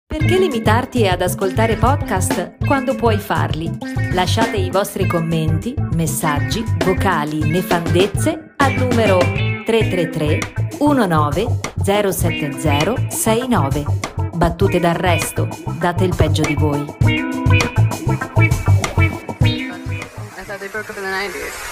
Perché limitarti ad ascoltare podcast quando puoi farli? Lasciate i vostri commenti, messaggi, vocali, nefandezze al numero 333 19 070 69. Battute d'arresto, date il peggio di voi. I thought they broke up in the 90s.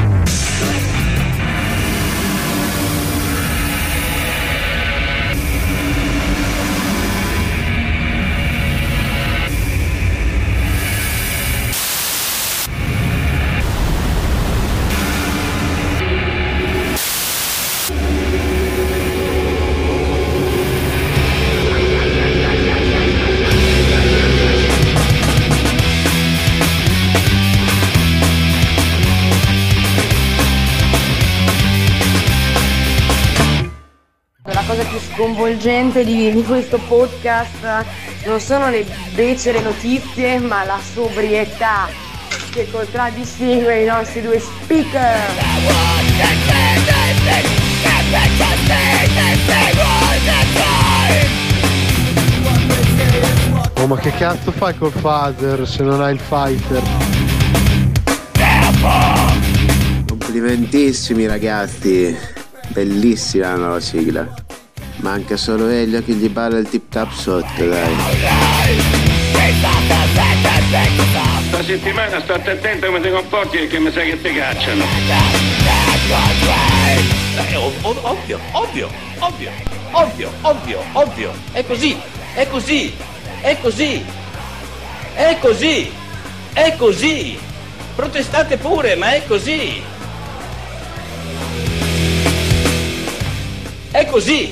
La cosa più sconvolgente di questo podcast non sono le becere notizie, ma la sobrietà che contraddistingue i nostri due speaker. Oh, ma che cazzo fai col phaser se non hai il fighter? Complimentissimi ragazzi, bellissima la nuova sigla. Manca solo Elio che gli balla il tip tap sotto, dai. Sta settimana state attento come ti comporti, che mi sa che ti cacciano. Ovvio. È così. Protestate pure, ma è così. È così.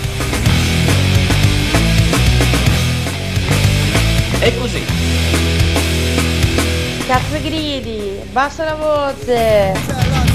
Cazzo gridi, basta la voce.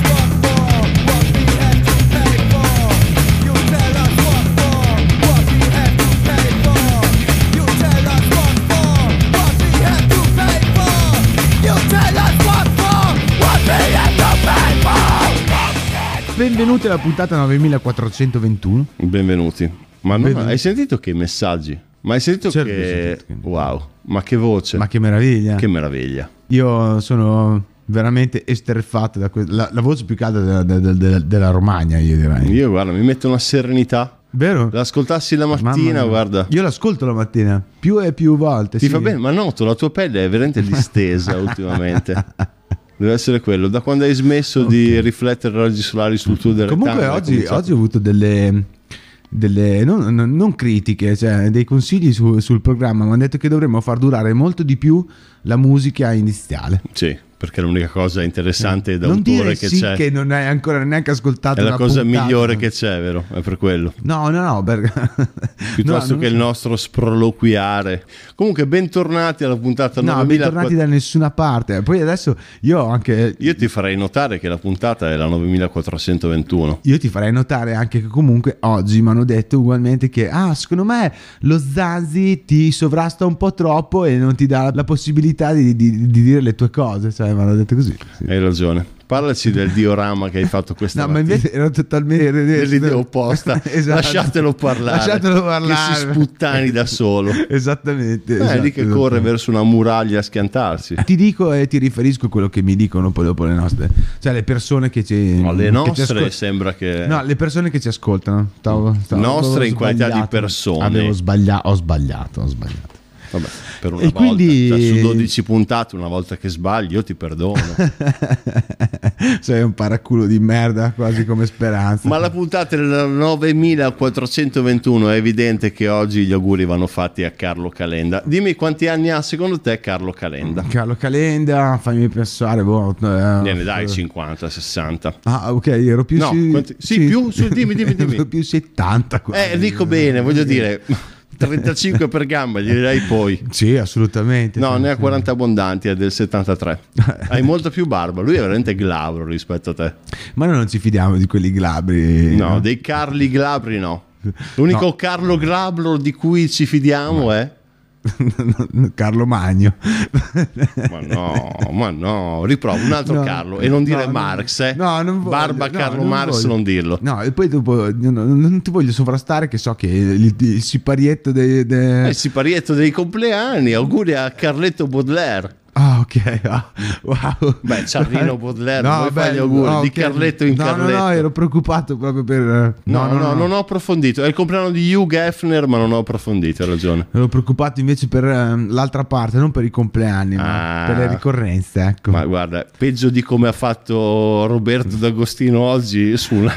Benvenuti alla puntata 9421. Benvenuti. Ma hai sentito che messaggi? Ma hai sentito che... Wow, ma che voce. Ma che meraviglia. Che meraviglia. Io sono veramente esterrefatto da la voce più calda della Romagna, io direi. Io guarda, mi mette una serenità. Vero? L'ascoltassi la mattina, guarda. Io l'ascolto la mattina, più e più volte. Ti fa bene, ma noto, la tua pelle è veramente distesa ultimamente. Deve essere quello. Da quando hai smesso di riflettere raggi solari sul tuo rettangolo. Comunque oggi ho avuto delle non critiche, cioè dei consigli sul programma. Mi hanno detto che dovremmo far durare molto di più la musica iniziale. Sì, perché è l'unica cosa interessante d'autore non dire che sì c'è. Che non hai ancora neanche ascoltato. È la cosa puntata migliore che c'è, vero? È per quello. No, perché piuttosto che il nostro sproloquiare. Comunque bentornati alla puntata 9000. Bentornati da nessuna parte. Poi adesso io ti farei notare che la puntata è la 9421. Io ti farei notare anche che comunque oggi mi hanno detto ugualmente che secondo me lo Zazzi ti sovrasta un po' troppo e non ti dà la possibilità di dire le tue cose, cioè mi hanno detto così. Sì. Hai ragione. Parlaci del diorama che hai fatto questa mattina. Ma invece era totalmente dell'idea opposta. Esatto. Lasciatelo parlare. Che si sputtani da solo. Esattamente. È lì che corre verso una muraglia a schiantarsi. Ti dico e ti riferisco a quello che mi dicono poi dopo le nostre, cioè le persone che ci le nostre sembra che le persone che ci ascoltano. Nostre in qualità di persone. Ho sbagliato. Vabbè, per una e volta, quindi... cioè, su 12 puntate, una volta che sbagli, io ti perdono. Sei un paraculo di merda, quasi come Speranza. Ma la puntata del 9421 è evidente che oggi gli auguri vanno fatti a Carlo Calenda. Dimmi quanti anni ha secondo te Carlo Calenda? Carlo Calenda, fammi pensare. Viene dai 50, 60. Ah, ok, ero più... dimmi. Ero più 70. Dico bene, voglio dire... 35 per gamba, gli direi poi. Sì, assolutamente. No, ne ha 40 abbondanti, è del 73. Hai molta più barba, lui è veramente glabro rispetto a te. Ma noi non ci fidiamo di quelli glabri. No, dei Carli glabri no. L'unico Carlo glabro di cui ci fidiamo è Carlo Magno. ma no, riprovo un altro Carlo e non dire Marx, No, non voglio, Barba Carlo non Marx, voglio. non dirlo. No, e poi dopo non ti voglio sovrastare, che so che il siparietto Il siparietto dei compleanni, auguri a Carletto Baudelaire. Ah, ok. Wow. Beh, Ciarlino Baudelaire, vuoi fare gli auguri di Carletto in Carletto? No, ero preoccupato proprio per... No, non ho approfondito. È il compleanno di Hugh Hefner, ma non ho approfondito, hai ragione. Ero preoccupato invece per l'altra parte, non per i compleanni, ma per le ricorrenze, ecco. Ma guarda, peggio di come ha fatto Roberto D'Agostino oggi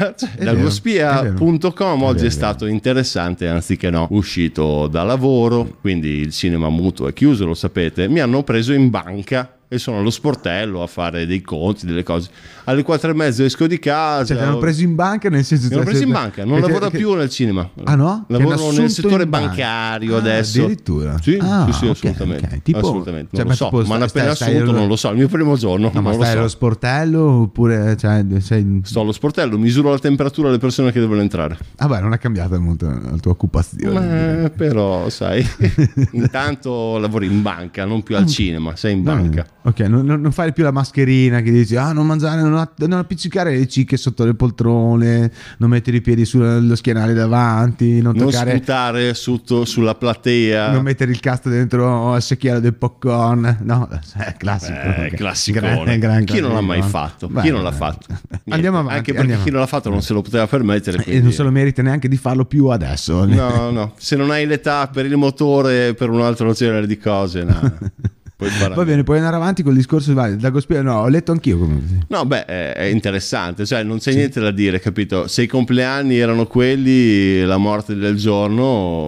Dagospia.com. Oggi è stato interessante, anziché no, uscito da lavoro, quindi il cinema muto è chiuso, lo sapete. Mi hanno preso in banca e sono allo sportello a fare dei conti, delle cose. Alle 4:30 esco di casa. Cioè, ti hanno preso in banca, nel senso... Mi hanno preso in banca, non lavoro più nel cinema. Ah no? Lavoro nel settore bancario adesso. Addirittura? Sì, okay, assolutamente. Okay. Tipo, assolutamente. Cioè, Non lo so, ma hanno appena assunto, non lo so. Il mio primo giorno. No, ma non lo stai so. allo sportello oppure... Sto allo sportello, misuro la temperatura alle persone che devono entrare. Vabbè, non è cambiata molto la tua occupazione. Però, sai, intanto lavori in banca, non più al cinema, sei in banca. Ok, non fare più la mascherina che dici non mangiare, non appiccicare le cicche sotto le poltrone, non mettere i piedi sullo schienale davanti, non sputare sulla platea, non mettere il cazzo dentro al secchiello del popcorn. No, è classico. Classicone. Chi non l'ha mai fatto? Chi non l'ha fatto? Andiamo avanti. Anche perché chi non l'ha fatto non se lo poteva permettere. E non se lo merita neanche di farlo più adesso. No. Se non hai l'età per il motore, per un altro genere di cose, no. Va bene, puoi andare avanti col discorso. Dagospia, no, ho letto anch'io comunque. No, beh, è interessante, cioè non c'è niente da dire, capito? Se i compleanni erano quelli, la morte del giorno.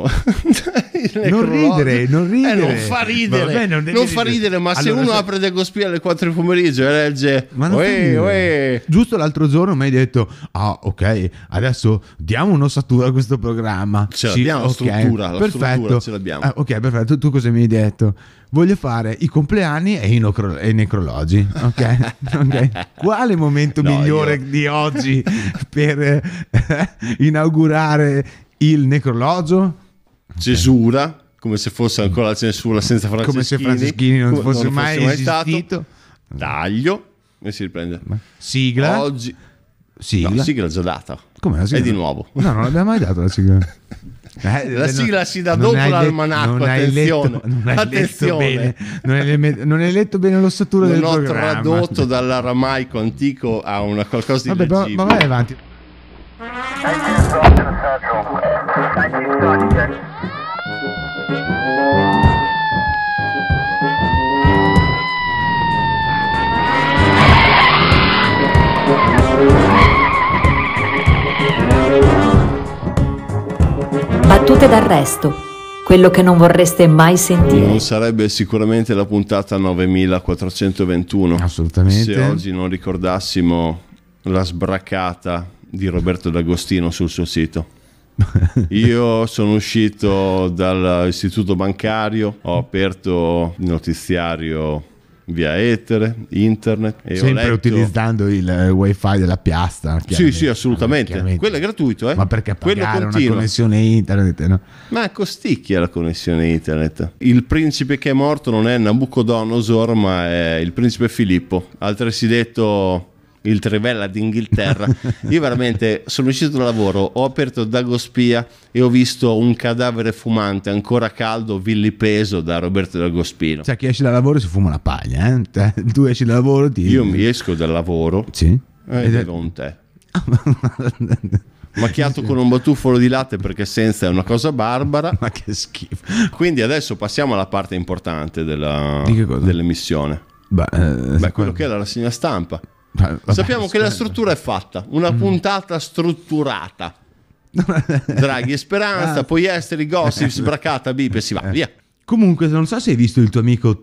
Non ridere. Non fa ridere. Vabbè, non fa ridere, ma se allora, uno apre Dagospia alle 4 del pomeriggio e legge giusto l'altro giorno mi hai detto ok, adesso diamo un'ossatura a questo programma. Ce l'abbiamo, la struttura perfetto, ce l'abbiamo. Ok, perfetto. Tu cosa mi hai detto? Voglio fare i compleanni e i necrologi. Ok. Quale momento migliore di oggi per inaugurare il necrologio? Cesura, come se fosse ancora la censura senza Franceschini, come se Franceschini non fosse mai esistito. Taglio e si riprende. Sigla. Oggi sigla è già data. Come la sigla? È di nuovo. No, non l'abbiamo mai dato la sigla. La sigla si dà dopo l'almanacco. Attenzione, non hai letto bene l'ossatura del programma. Non ho tradotto dall'aramaico antico a una qualcosa di leggibile. Ma vai avanti. Battute d'arresto, quello che non vorreste mai sentire. Non sarebbe sicuramente la puntata 9421. Assolutamente. Se oggi non ricordassimo la sbraccata di Roberto D'Agostino sul suo sito. Io sono uscito dall'istituto bancario, ho aperto il notiziario via etere, internet e sempre utilizzando il wifi della piazza. Sì, assolutamente. Quello è gratuito, ma perché pagare una connessione internet, no? Ma costicchia la connessione internet. Il principe che è morto non è Nabucodonosor, ma è il principe Filippo, altresì detto il Trivella d'Inghilterra. Io veramente sono uscito da lavoro, ho aperto Dagospia e ho visto un cadavere fumante ancora caldo, vilipeso da Roberto D'Agostino. Cioè, chi esce da lavoro si fuma una paglia, eh? Tu esci da lavoro, io mi esco dal lavoro, sì, e bevo un tè macchiato con un batuffolo di latte, perché senza è una cosa barbara. Ma che schifo. Quindi adesso passiamo alla parte importante dell'emissione. Quello che è la rassegna stampa. Sappiamo che la struttura è fatta, una puntata strutturata. Draghi e Speranza, poi esteri, gossip, sbracata, bip e si va via. Comunque, non so se hai visto il tuo amico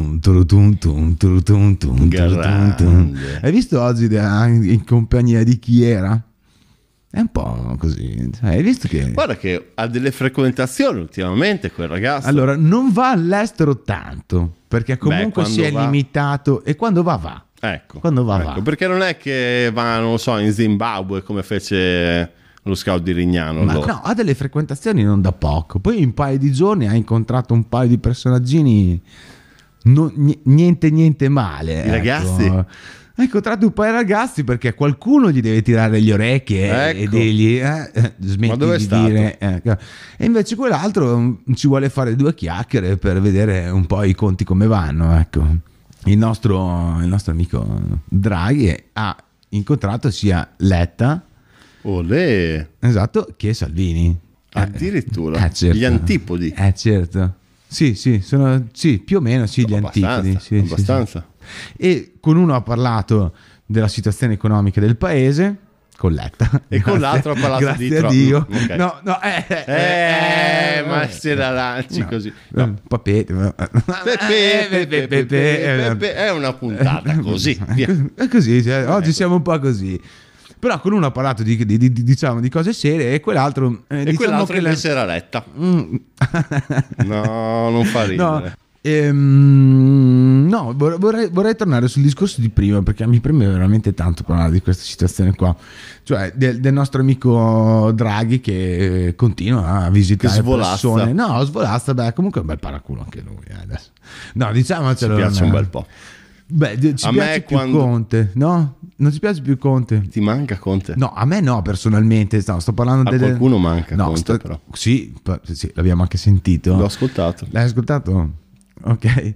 Hai visto oggi in compagnia di chi era? È un po' così. Hai visto che... Guarda che ha delle frequentazioni ultimamente quel ragazzo. Allora, non va all'estero tanto, perché comunque si è limitato. E quando va. Ecco, quando va. Perché non è che va, non lo so, in Zimbabwe come fece lo scout di Rignano. Ma allora. no, ha delle frequentazioni non da poco. Poi in un paio di giorni ha incontrato un paio di personaggini niente male. I ragazzi? Ha incontrato un paio di ragazzi perché qualcuno gli deve tirare le orecchie e dirgli smetti Ma dove è di stato? dire. E invece quell'altro ci vuole fare 2 chiacchiere per vedere un po' i conti come vanno. Ecco. Il nostro amico Draghi ha incontrato sia Letta, Olè. esatto, che Salvini. Addirittura Certo. gli antipodi. Certo. Sì, più o meno sì, gli antipodi. Sì, abbastanza. sì. E con uno ha parlato della situazione economica del paese, con Letta. E con l'altro ha parlato grazie di a Dio. Okay. No, Ma se la lanci così. No. Pepe. È una puntata così. Via. È così, cioè, oggi siamo un po' così. Però con uno ha parlato diciamo di cose serie e quell'altro E diciamo quell'altro che invece era Letta. No, non fa ridere. No, vorrei tornare sul discorso di prima perché mi preme veramente tanto parlare di questa situazione qua, cioè del nostro amico Draghi che continua a visitare Che svolazza. persone. No, svolazza, beh, comunque è un bel paraculo anche lui adesso. No, diciamocelo. Ci piace un bel po'. Beh, ci A piace me più quando- Conte, no? Non ci piace più Conte? Ti manca Conte? No, a me no, personalmente. No, sto parlando A qualcuno manca Conte, però. Sì, l'abbiamo anche sentito. L'ho ascoltato. L'hai ascoltato? Ok.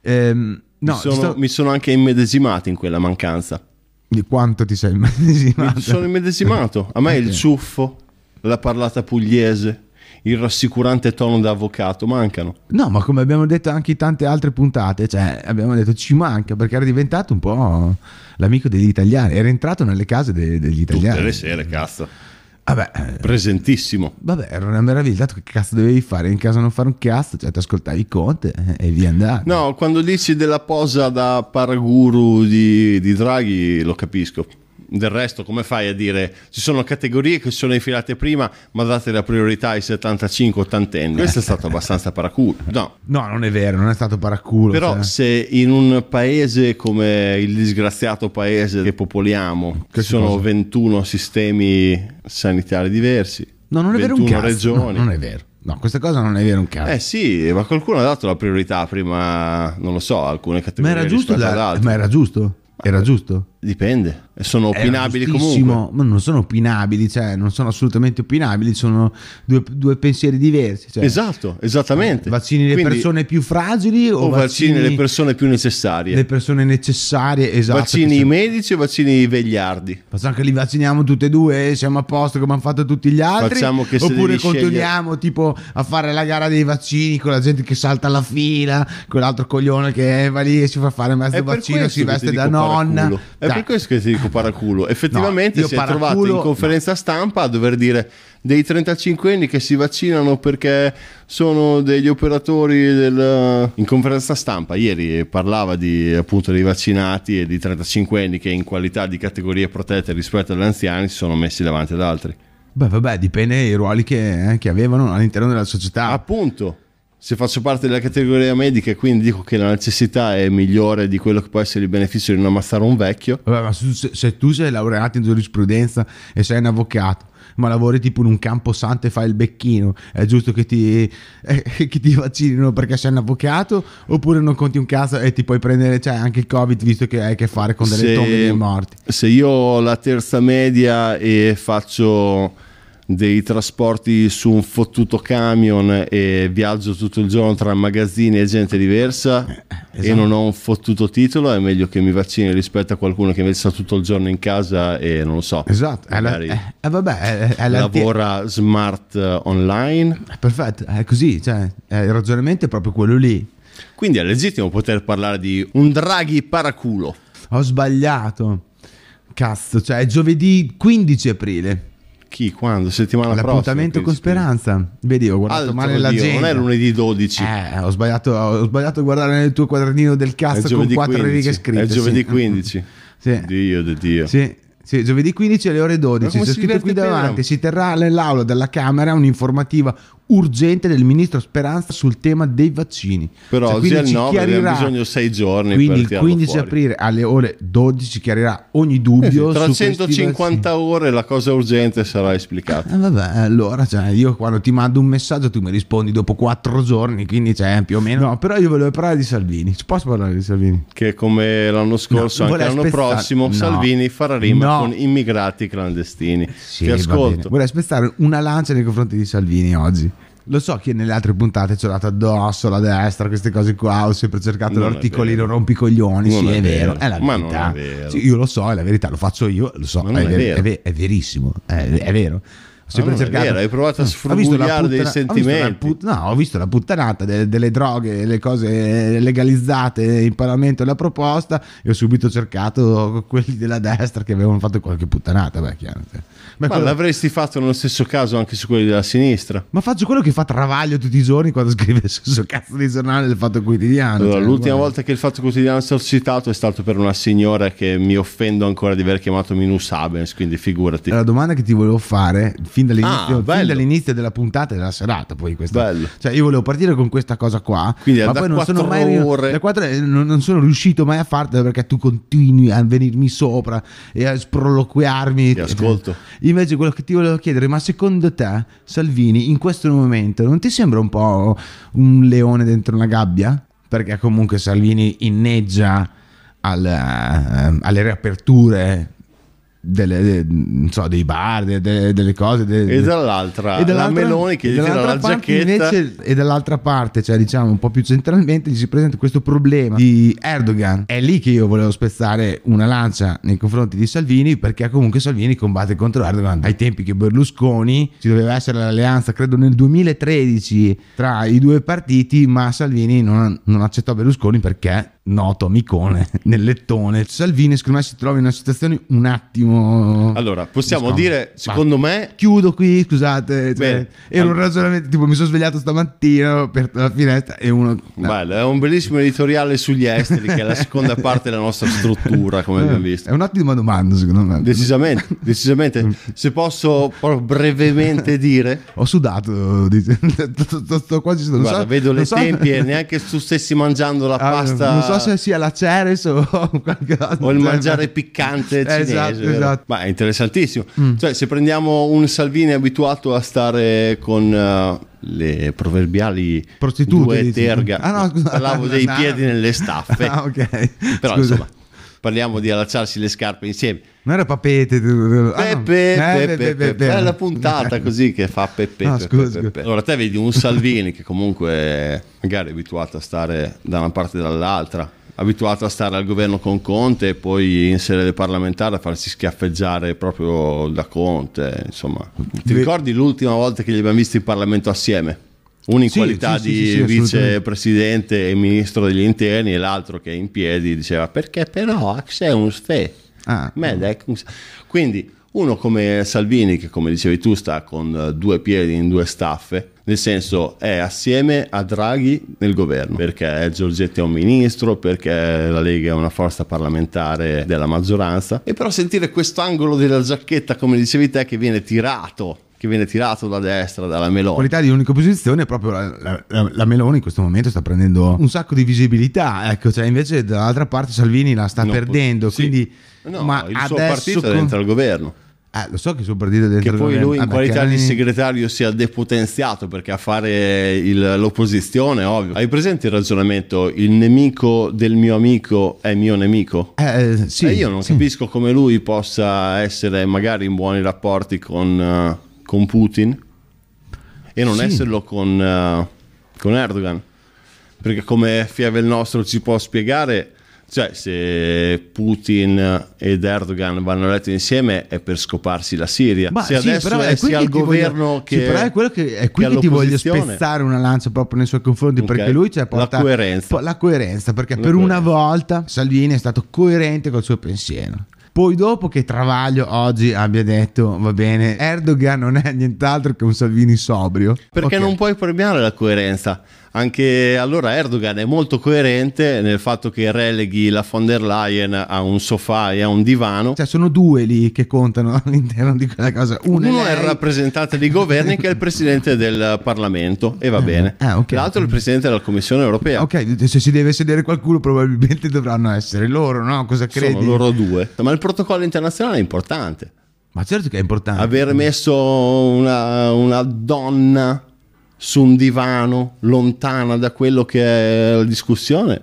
No, mi sono anche immedesimato in quella mancanza. Di quanto ti sei immedesimato? Mi sono immedesimato. A me il ciuffo, la parlata pugliese, il rassicurante tono da avvocato mancano. No, ma come abbiamo detto anche in tante altre puntate, cioè abbiamo detto ci manca perché era diventato un po' l'amico degli italiani, era entrato nelle case degli italiani. Tutte le sere, cazzo. Vabbè, Presentissimo. vabbè, era una meraviglia. Che cazzo dovevi fare? In casa non fare un cazzo, cioè ti ascoltavi Conte e via andare. No, quando dici della posa da paraguru di Draghi lo capisco. Del resto, come fai a dire ci sono categorie che sono infilate prima, ma date la priorità ai 75-80 anni? Questo è stato abbastanza paraculo. No, non è vero, non è stato paraculo. però cioè. se in un paese come il disgraziato paese che popoliamo Che ci sono cosa? 21 sistemi sanitari diversi, No, non è vero un 21 cazzo. regioni. No, non è vero. No, questa cosa non è vero un cazzo. Sì, ma qualcuno ha dato la priorità prima, non lo so, a alcune Ma categorie era giusto? rispetto ad altre. Ma era giusto? Era giusto? Dipende, sono Era opinabili giustissimo. comunque. Ma non sono opinabili, cioè non sono assolutamente opinabili, sono due pensieri diversi. Cioè, Esatto, esattamente. vaccini le Quindi, persone più fragili o vaccini le persone più necessarie. le persone necessarie, esatto. Vaccini i medici o vaccini i vegliardi? Facciamo che li vacciniamo tutte e due e siamo a posto come hanno fatto tutti gli altri. Facciamo che se oppure devi continuiamo tipo a fare la gara dei vaccini con la gente che salta alla fila, quell'altro coglione che va lì e si fa fare mezzo È per vaccino, questo si che veste ti da dico nonna. paraculo. È per questo che ti dico paraculo. Effettivamente io si è trovato paraculo, in conferenza stampa a dover dire dei 35 anni che si vaccinano perché sono degli operatori in conferenza stampa ieri parlava appunto dei vaccinati e di 35 anni che in qualità di categorie protette rispetto agli anziani si sono messi davanti ad altri. Beh, vabbè, dipende dai ruoli che avevano all'interno della società. Appunto, se faccio parte della categoria medica e quindi dico che la necessità è migliore di quello che può essere il beneficio di non ammazzare un vecchio. Vabbè, ma se tu sei laureato in giurisprudenza e sei un avvocato, ma lavori tipo in un camposanto e fai il becchino, è giusto che ti vaccinino perché sei un avvocato, oppure non conti un cazzo e ti puoi prendere, cioè, anche il Covid, visto che hai a che fare con delle tombe dei morti? Se io ho la terza media e faccio dei trasporti su un fottuto camion e viaggio tutto il giorno tra magazzini e gente diversa esatto. e non ho un fottuto titolo, è meglio che mi vaccini rispetto a qualcuno che invece sta tutto il giorno in casa e non lo so, Esatto, magari è lavora smart online. Perfetto, è così, cioè, il ragionamento è proprio quello lì. Quindi è legittimo poter parlare di un Draghi paraculo. Ho sbagliato, cazzo, cioè è giovedì 15 aprile. Chi? Quando? Settimana prossima? L'appuntamento con Speranza. Vedi, ho guardato Altro male Dio, l'agenda. non è lunedì 12. Ho sbagliato a guardare nel tuo quadernino del È cazzo con giovedì 4 righe 15. scritte. È giovedì sì. 15. Sì. Dio di Dio. Sì, giovedì 15 alle ore 12. Ma come C'è si scritto qui diverte davanti. bene? Si terrà nell'aula della Camera un'informativa urgente del ministro Speranza sul tema dei vaccini. Però Cioè, oggi quindi è il ci 9, chiarirà- abbiamo bisogno 6 giorni quindi per il tirarlo 15 fuori. aprile alle ore 12 ci chiarirà ogni dubbio Tra su questi 150 ore la cosa urgente sarà esplicata. vabbè, allora cioè, io quando ti mando un messaggio tu mi rispondi dopo 4 giorni, quindi c'è più o meno. No, però io volevo parlare di Salvini. Ci posso parlare di Salvini? Che come l'anno scorso, No, anche vorrei l'anno spezzare- prossimo, no. Salvini farà rima No. con immigrati clandestini. Sì, Ti va ascolto. bene. Vorrei spezzare una lancia nei confronti di Salvini oggi. Lo so che nelle altre puntate ci ho dato addosso la destra, queste cose qua, ho sempre cercato Non è l'articolino vero. rompicoglioni, Non sì è è vero, vero. è la Ma non verità. è vero. Sì, io lo so, è la verità, lo faccio io, lo so, Ma non è vero. è verissimo, è vero. Ho sempre non è cercato. vero, hai provato a Ho visto la sfrugugliare dei puttana- sentimenti. ho visto la puttanata delle droghe, le cose legalizzate in Parlamento e la proposta, e ho subito cercato quelli della destra che avevano fatto qualche puttanata. Beh, chiaro. Ma l'avresti fatto nello stesso caso anche su quelli della sinistra? Ma faccio quello che fa Travaglio tutti i giorni quando scrive sul cazzo di giornale del Fatto Quotidiano. Allora, cioè, l'ultima guarda. volta che il Fatto Quotidiano è stato citato è stato per una signora che mi offendo ancora di aver chiamato Minus Abens, quindi figurati. La domanda che ti volevo fare fin dall'inizio, bello. della puntata e della serata, poi questa. Bello. Cioè, io volevo partire con questa cosa qua, Quindi ma da poi non sono 4 mai ore. da 4 non sono riuscito mai a fartela perché tu continui a venirmi sopra e a sproloquiarmi. Ti ascolto. Invece quello che ti volevo chiedere, ma secondo te Salvini in questo momento non ti sembra un po' un leone dentro una gabbia? Perché comunque Salvini inneggia alle riaperture non so, dei bar, delle cose E dall'altra la Meloni che gli tira la parte giacchetta. invece, e dall'altra parte, cioè diciamo un po' più centralmente, gli si presenta questo problema di Erdogan. È lì che io volevo spezzare una lancia nei confronti di Salvini, perché comunque Salvini combatte contro Erdogan ai tempi che Berlusconi ci doveva essere l'alleanza, credo nel 2013, tra i due partiti, ma Salvini non accettò Berlusconi perché noto amicone nel lettone. Salvini secondo me si trova in una situazione un attimo. Allora, possiamo scomoda. dire, secondo me, Chiudo qui, scusate. Bene. Era un ragionamento tipo: mi sono svegliato stamattina, ho aperto la finestra e uno. bello, è un bellissimo editoriale sugli esteri che è la seconda parte della nostra struttura, come abbiamo visto. È un'ottima domanda, secondo me. Decisamente. Se posso proprio brevemente dire, Ho sudato. Sto quasi. Non guarda, so, vedo non le so- tempie, neanche tu stessi mangiando la pasta. Non so se sia la Ceres o qualcosa. O il mangiare piccante cinese. Esatto, vero? esatto. Ma è interessantissimo. Cioè, se prendiamo un Salvini abituato a stare con le proverbiali Prostitute, due dici? terga, Ah, no, scusa. parlavo dei No. piedi nelle staffe. Ah, ok. Però Scusa. insomma, parliamo di allacciarsi le scarpe insieme. Non era Papete. Pepe, è la puntata così che fa Pepe. No, scusa. Allora te vedi un Salvini che comunque magari è abituato a stare da una parte e dall'altra, abituato a stare al governo con Conte e poi in sede parlamentare a farsi schiaffeggiare proprio da Conte, insomma. Ti ricordi l'ultima volta che li abbiamo visti in Parlamento assieme? Uno in Sì, qualità sì, di sì, assolutamente. vicepresidente e ministro degli interni e l'altro che in piedi diceva perché però c'è un sfe. Quindi uno come Salvini che come dicevi tu sta con due piedi in due staffe, nel senso è assieme a Draghi nel governo perché Giorgetti è un ministro, perché la Lega è una forza parlamentare della maggioranza, e però sentire quest'angolo della giacchetta come dicevi te che viene tirato da destra dalla Meloni. Qualità di unica posizione è proprio la Meloni in questo momento sta prendendo un sacco di visibilità, ecco, cioè invece dall'altra parte Salvini la sta perdendo, sì. quindi No, ma il suo adesso partito è dentro al governo. lo so che il suo partito è dentro Che al poi governo. lui in qualità di Chiaramente- segretario sia depotenziato perché a fare l'opposizione, ovvio. Hai presente il ragionamento il nemico del mio amico è mio nemico? Sì, E io non capisco come lui possa essere magari in buoni rapporti con Putin e non Sì. esserlo con Erdogan, perché come Fiavel nostro ci può spiegare, cioè se Putin ed Erdogan vanno eletti insieme è per scoparsi la Siria. Ma Se sì, adesso però è è qui sia che al ti governo voglio, che sì, però è quello che è qui che ti voglio all'opposizione. spezzare una lancia proprio nei suoi confronti, Ok. perché lui cioè, porta La coerenza. la coerenza, perché La per una coerenza. volta Salvini è stato coerente col suo pensiero. Poi dopo che Travaglio oggi abbia detto va bene, Erdogan non è nient'altro che un Salvini sobrio, Perché ok. non puoi premiare la coerenza. Anche allora Erdogan è molto coerente nel fatto che releghi la von der Leyen a un sofà e a un divano. Cioè sono due lì che contano all'interno di quella cosa. Uno è il rappresentante dei governi, che è il presidente del Parlamento, e va bene. Okay. L'altro è il presidente della Commissione europea. Ok, se si deve sedere qualcuno probabilmente dovranno essere loro, no? Cosa credi? Sono loro due. Ma il protocollo internazionale è importante. Ma certo che è importante. Aver messo una donna su un divano lontana da quello che è la discussione,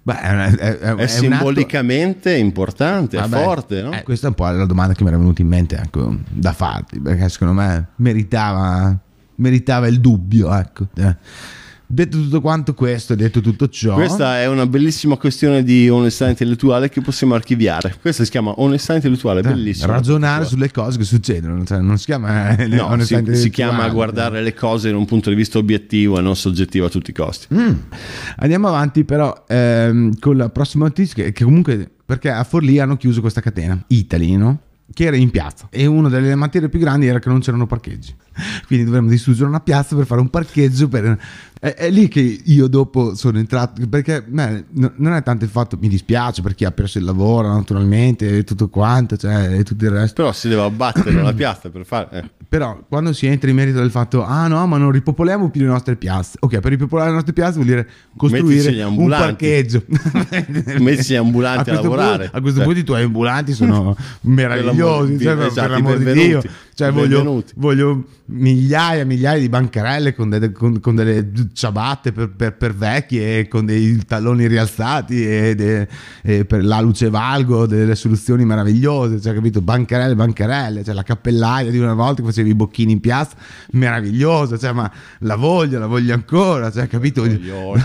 è simbolicamente importante, è forte, no? Questa è un po' la domanda che mi era venuta in mente, ecco, da farti, perché secondo me meritava il dubbio, ecco. Detto tutto quanto questo, detto tutto ciò, questa è una bellissima questione di onestà intellettuale che possiamo archiviare. Questa si chiama onestà intellettuale, bellissima. Ragionare sulle cose che succedono, cioè, non si chiama onestà intellettuale. Si chiama guardare le cose in un punto di vista obiettivo e non soggettivo a tutti i costi. Andiamo avanti però con la prossima notizia, che comunque, perché a Forlì hanno chiuso questa catena Italy, no? Che era in piazza, e una delle materie più grandi era che non c'erano parcheggi, quindi dovremmo distruggere una piazza per fare un parcheggio è lì che io dopo sono entrato, perché non è tanto il fatto, mi dispiace per chi ha perso il lavoro naturalmente e tutto quanto, cioè, e tutto il resto, però si deve abbattere la piazza per fare Però quando si entra in merito del fatto no, ma non ripopoliamo più le nostre piazze, ok, per ripopolare le nostre piazze vuol dire costruire un parcheggio. Metti gli ambulanti a lavorare. A questo punto i tuoi ambulanti sono meravigliosi, per l'amor di Dio, cioè voglio migliaia di bancarelle con delle ciabatte per vecchi e con dei talloni rialzati e per la luce valgo delle soluzioni meravigliose, cioè, capito? Bancarelle, cioè la cappellaia di una volta che facevi i bocchini in piazza, meravigliosa, cioè, ma la voglio ancora, cioè, capito? Mi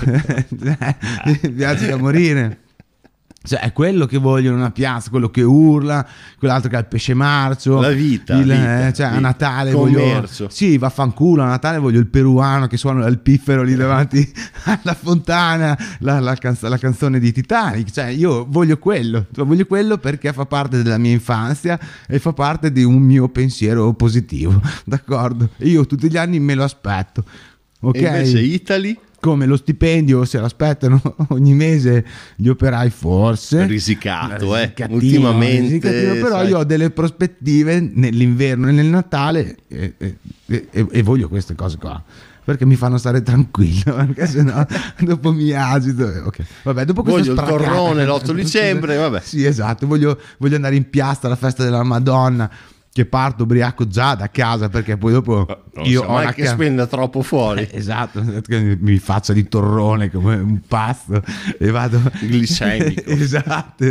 piace da morire. Cioè è quello che vogliono una piazza, quello che urla, quell'altro che ha il pesce marcio, la vita, a Natale commercio. Vaffanculo, a Natale voglio il peruano che suona il piffero lì davanti alla fontana, la canzone di Titanic, cioè io voglio quello perché fa parte della mia infanzia e fa parte di un mio pensiero positivo, d'accordo? Io tutti gli anni me lo aspetto, ok? E invece Italy, come lo stipendio se lo aspettano ogni mese gli operai, forse risicato ultimamente, però sai, io ho delle prospettive nell'inverno e nel Natale e voglio queste cose qua perché mi fanno stare tranquillo, perché sennò dopo mi agito. Okay. Vabbè, dopo voglio il torrone l'8 dicembre, vabbè. Sì, esatto, voglio andare in piazza alla festa della Madonna, che parto ubriaco già da casa, perché poi dopo io ho che spenda troppo fuori, esatto, mi faccia di torrone come un pazzo e vado glicemico. esatto,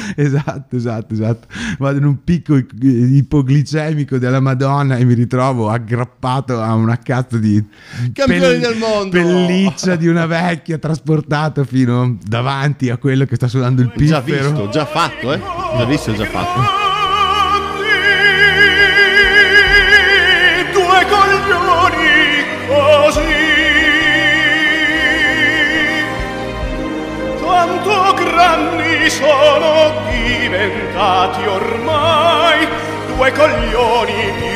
vado in un picco ipoglicemico della Madonna e mi ritrovo aggrappato a una cazzo di campione del mondo, pelliccia di una vecchia, trasportato fino davanti a quello che sta suonando il piffero. Già fatto. Due coglioni così, tanto grandi sono diventati ormai, due coglioni